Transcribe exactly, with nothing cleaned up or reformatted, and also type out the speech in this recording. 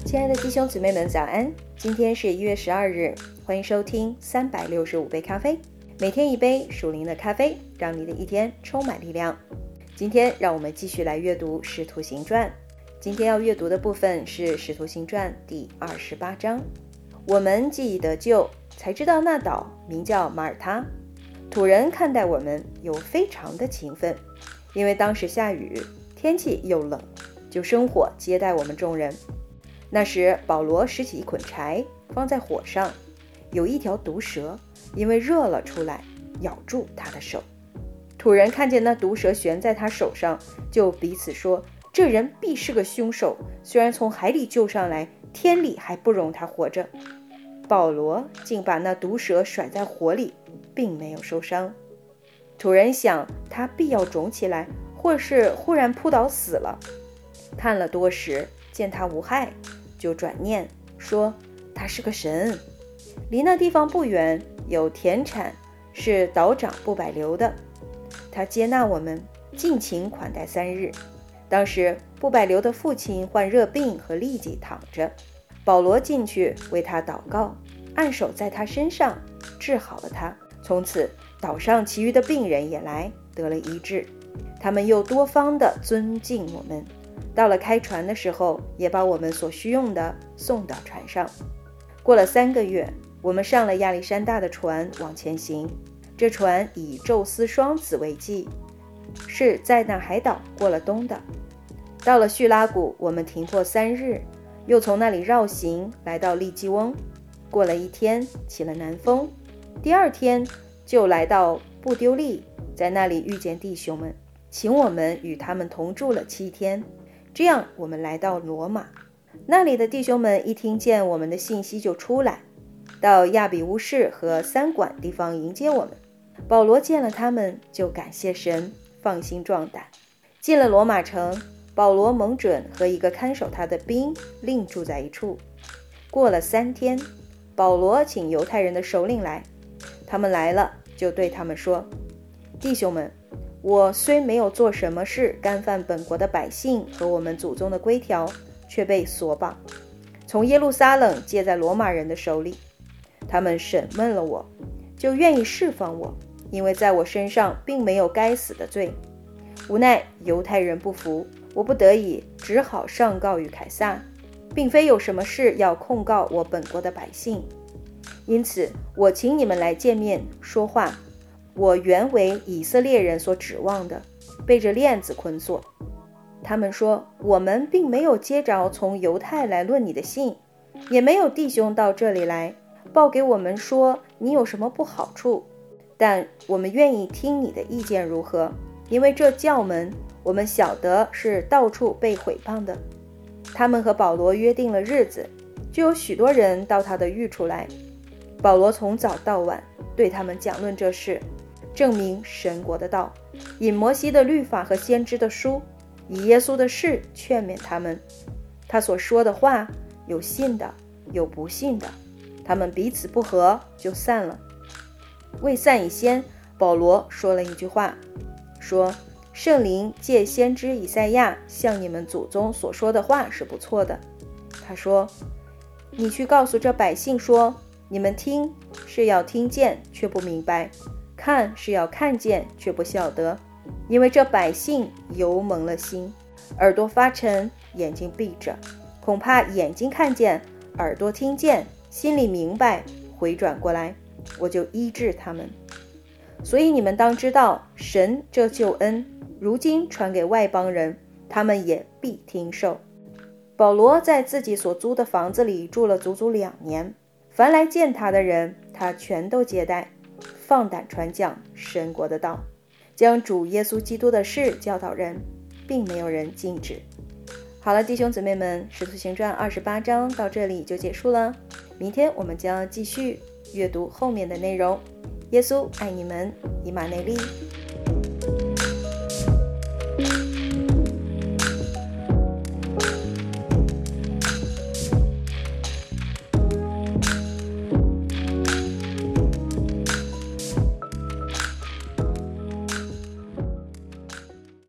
亲爱的弟兄姊妹们早安，今天是一月十二日，欢迎收听三百六十五杯咖啡，每天一杯属灵的咖啡，让你的一天充满力量。今天让我们继续来阅读使徒行传，今天要阅读的部分是使徒行传第二十八章。我们既已得救，才知道那岛名叫马耳他。土人看待我们有非常的勤奋，因为当时下雨，天气又冷，就生火接待我们众人。那时保罗拾起一捆柴放在火上，有一条毒蛇因为热了出来，咬住他的手。土人看见那毒蛇悬在他手上，就彼此说，这人必是个凶手，虽然从海里救上来，天理还不容他活着。保罗竟把那毒蛇甩在火里，并没有受伤。土人想他必要肿起来，或是忽然扑倒死了。看了多时，见他无害，就转念说他是个神。离那地方不远有田产，是岛长布百流的，他接纳我们，尽情款待三日。当时布百流的父亲患热病和痢疾躺着，保罗进去为他祷告，按手在他身上，治好了他。从此岛上其余的病人也来得了医治，他们又多方的尊敬我们。到了开船的时候，也把我们所需用的送到船上。过了三个月，我们上了亚历山大的船往前行。这船以宙斯双子为记，是在那海岛过了冬的。到了叙拉古，我们停泊三日，又从那里绕行来到利基翁。过了一天，起了南风。第二天就来到布丢利，在那里遇见弟兄们，请我们与他们同住了七天。这样我们来到罗马，那里的弟兄们一听见我们的信息就出来，到亚比乌市和三馆地方迎接我们。保罗见了他们，就感谢神，放心壮胆。进了罗马城，保罗蒙准和一个看守他的兵另住在一处。过了三天，保罗请犹太人的首领来，他们来了，就对他们说，弟兄们，我虽没有做什么事干犯本国的百姓和我们祖宗的规条，却被锁绑，从耶路撒冷借在罗马人的手里。他们审问了我，就愿意释放我，因为在我身上并没有该死的罪。无奈犹太人不服，我不得已只好上告于凯撒，并非有什么事要控告我本国的百姓。因此我请你们来见面说话。我原为以色列人所指望的，被这链子捆锁。他们说，我们并没有接着从犹太来论你的信，也没有弟兄到这里来报给我们说你有什么不好处，但我们愿意听你的意见如何，因为这教门我们晓得是到处被毁谤的。他们和保罗约定了日子，就有许多人到他的寓处来。保罗从早到晚对他们讲论这事，证明神国的道，引摩西的律法和先知的书，以耶稣的事劝勉他们。他所说的话，有信的，有不信的，他们彼此不和，就散了。未散以先，保罗说了一句话，说圣灵借先知以赛亚向你们祖宗所说的话是不错的。他说，你去告诉这百姓说，你们听是要听见却不明白，看是要看见却不晓得，因为这百姓油蒙了心，耳朵发沉，眼睛闭着，恐怕眼睛看见，耳朵听见，心里明白，回转过来，我就医治他们。所以你们当知道，神这救恩如今传给外邦人，他们也必听受。保罗在自己所租的房子里住了足足两年，凡来见他的人，他全都接待，放胆传讲神国的道，将主耶稣基督的事教导人，并没有人禁止。好了，弟兄姊妹们，使徒行传二十八章到这里就结束了。明天我们将继续阅读后面的内容。耶稣爱你们，以马内利。